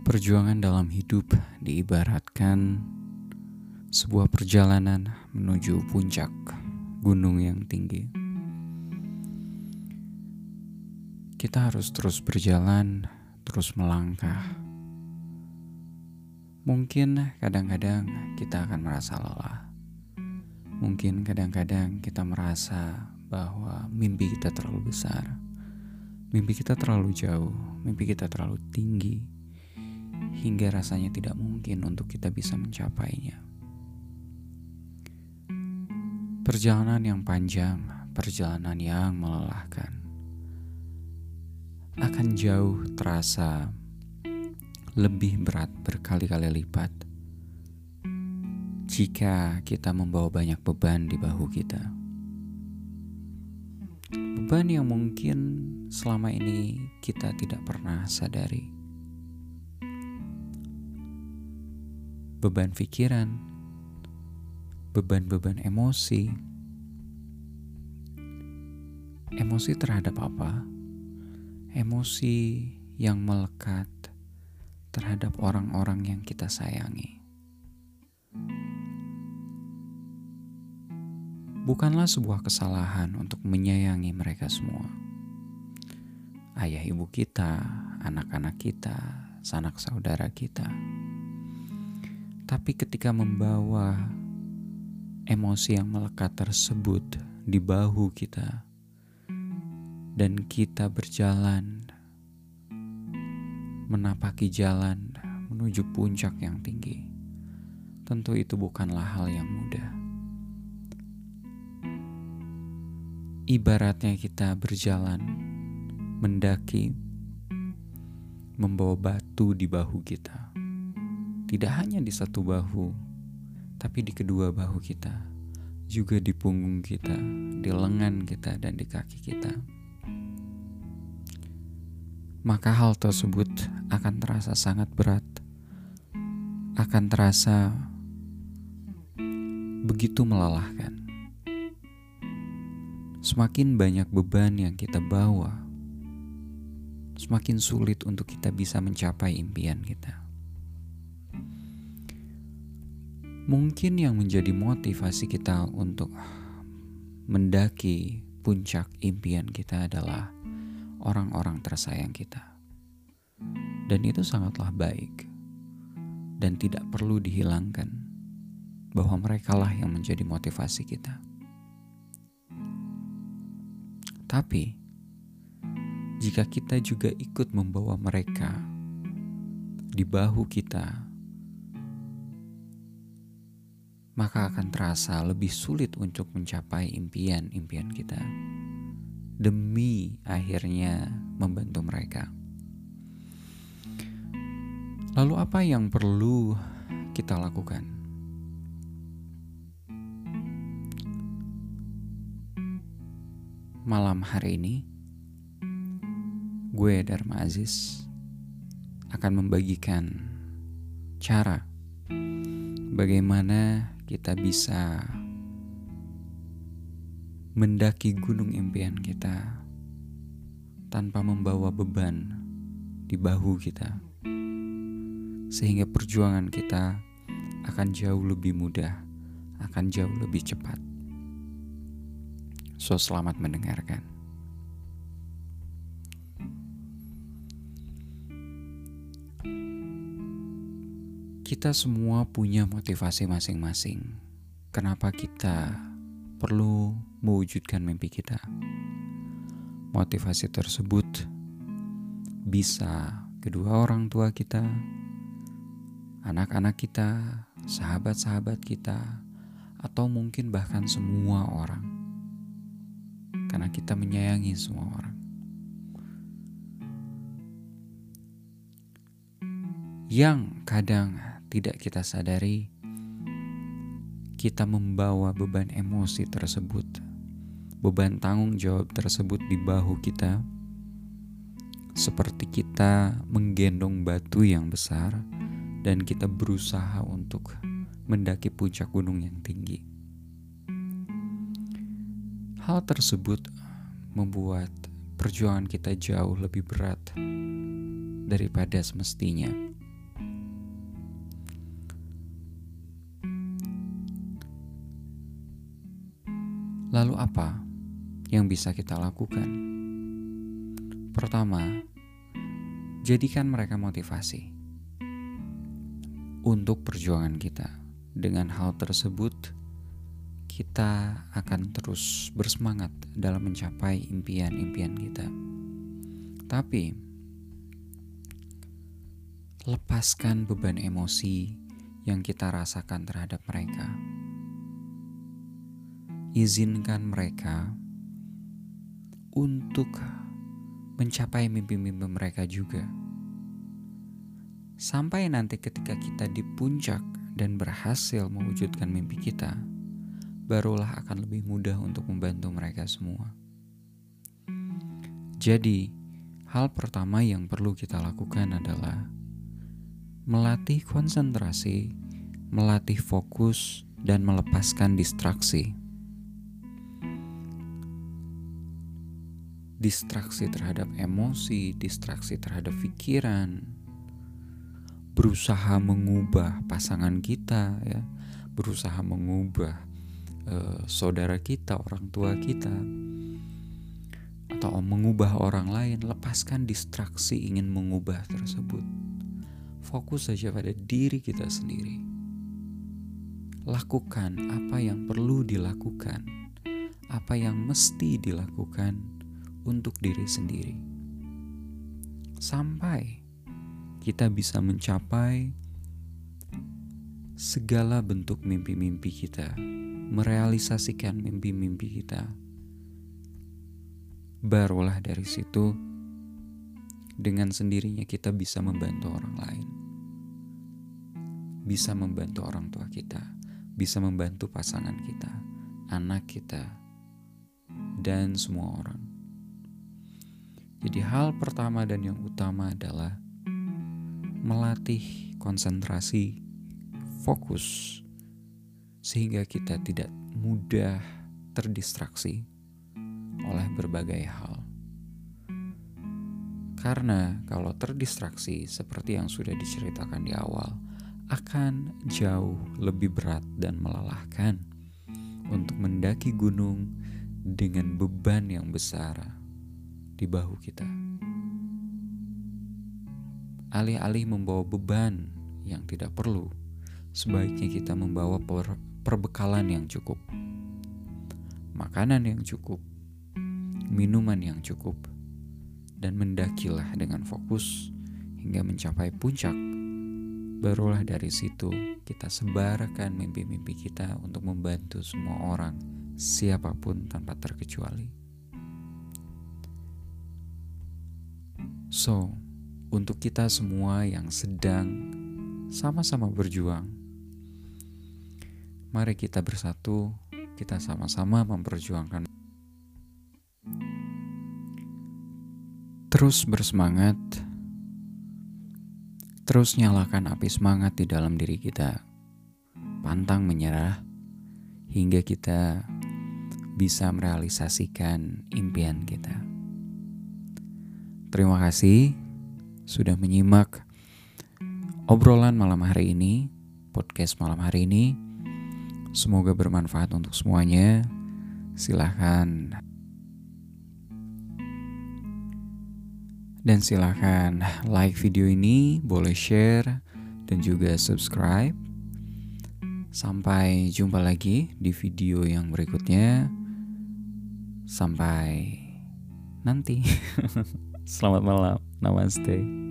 Perjuangan dalam hidup diibaratkan sebuah perjalanan menuju puncak gunung yang tinggi. Kita harus terus berjalan, terus melangkah. Mungkin kadang-kadang kita akan merasa lelah. Mungkin kadang-kadang kita merasa bahwa mimpi kita terlalu besar. Mimpi kita terlalu jauh, mimpi kita terlalu tinggi. Hingga rasanya tidak mungkin untuk kita bisa mencapainya. Perjalanan yang panjang, perjalanan yang melelahkan, akan jauh terasa lebih berat berkali-kali lipat jika kita membawa banyak beban di bahu kita. Beban yang mungkin selama ini kita tidak pernah sadari. Beban pikiran, beban-beban emosi. Emosi terhadap apa? Emosi yang melekat terhadap orang-orang yang kita sayangi. Bukanlah sebuah kesalahan untuk menyayangi mereka semua. Ayah ibu kita, anak-anak kita, sanak saudara kita. Tapi ketika membawa emosi yang melekat tersebut di bahu kita dan kita berjalan menapaki jalan menuju puncak yang tinggi, tentu itu bukanlah hal yang mudah. Ibaratnya kita berjalan mendaki membawa batu di bahu kita. Tidak hanya di satu bahu, tapi di kedua bahu kita, juga di punggung kita, di lengan kita, dan di kaki kita. Maka hal tersebut akan terasa sangat berat, akan terasa begitu melelahkan. Semakin banyak beban yang kita bawa, semakin sulit untuk kita bisa mencapai impian kita. Mungkin yang menjadi motivasi kita untuk mendaki puncak impian kita adalah orang-orang tersayang kita. Dan itu sangatlah baik dan tidak perlu dihilangkan bahwa merekalah yang menjadi motivasi kita. Tapi jika kita juga ikut membawa mereka di bahu kita, maka akan terasa lebih sulit untuk mencapai impian-impian kita demi akhirnya membantu mereka. Lalu apa yang perlu kita lakukan? Malam hari ini, gue Dharma Aziz akan membagikan cara bagaimana kita bisa mendaki gunung impian kita tanpa membawa beban di bahu kita, sehingga perjuangan kita akan jauh lebih mudah, akan jauh lebih cepat. So, selamat mendengarkan. Kita semua punya motivasi masing-masing. Kenapa kita perlu mewujudkan mimpi kita? Motivasi tersebut bisa kedua orang tua kita, anak-anak kita, sahabat-sahabat kita, atau mungkin bahkan semua orang. Karena kita menyayangi semua orang. Yang kadang tidak kita sadari, kita membawa beban emosi tersebut, beban tanggung jawab tersebut di bahu kita, seperti kita menggendong batu yang besar dan kita berusaha untuk mendaki puncak gunung yang tinggi. Hal tersebut membuat perjuangan kita jauh lebih berat daripada semestinya. apa yang bisa kita lakukan? Pertama, jadikan mereka motivasi untuk perjuangan kita. Dengan hal tersebut, kita akan terus bersemangat dalam mencapai impian-impian kita. Tapi, lepaskan beban emosi yang kita rasakan terhadap mereka. Izinkan mereka untuk mencapai mimpi-mimpi mereka juga. Sampai nanti ketika kita di puncak dan berhasil mewujudkan mimpi kita, barulah akan lebih mudah untuk membantu mereka semua. Jadi, hal pertama yang perlu kita lakukan adalah melatih konsentrasi, melatih fokus, dan melepaskan distraksi. Distraksi terhadap emosi, distraksi terhadap pikiran, berusaha mengubah pasangan kita, ya, berusaha mengubah saudara kita, orang tua kita, atau mengubah orang lain. Lepaskan distraksi ingin mengubah tersebut. Fokus saja pada diri kita sendiri. Lakukan apa yang perlu dilakukan, apa yang mesti dilakukan untuk diri sendiri, sampai kita bisa mencapai segala bentuk mimpi-mimpi kita, merealisasikan mimpi-mimpi kita. Barulah dari situ, dengan sendirinya kita bisa membantu orang lain, bisa membantu orang tua kita, bisa membantu pasangan kita, anak kita, dan semua orang. Jadi hal pertama dan yang utama adalah melatih konsentrasi, fokus, sehingga kita tidak mudah terdistraksi oleh berbagai hal. Karena kalau terdistraksi seperti yang sudah diceritakan di awal, akan jauh lebih berat dan melelahkan untuk mendaki gunung dengan beban yang besar di bahu kita. Alih-alih membawa beban yang tidak perlu, sebaiknya kita membawa perbekalan yang cukup, makanan yang cukup, minuman yang cukup, dan mendakilah dengan fokus hingga mencapai puncak. Barulah dari situ kita sebarkan mimpi-mimpi kita untuk membantu semua orang, siapapun tanpa terkecuali. So, untuk kita semua yang sedang sama-sama berjuang, mari kita bersatu, kita sama-sama memperjuangkan. Terus bersemangat, terus nyalakan api semangat di dalam diri kita. Pantang menyerah hingga kita bisa merealisasikan impian kita. Terima kasih sudah menyimak obrolan malam hari ini, podcast malam hari ini. Semoga bermanfaat untuk semuanya. Silahkan like video ini, boleh share dan juga subscribe. Sampai jumpa lagi di video yang berikutnya. Sampai nanti. Selamat malam. Namaste.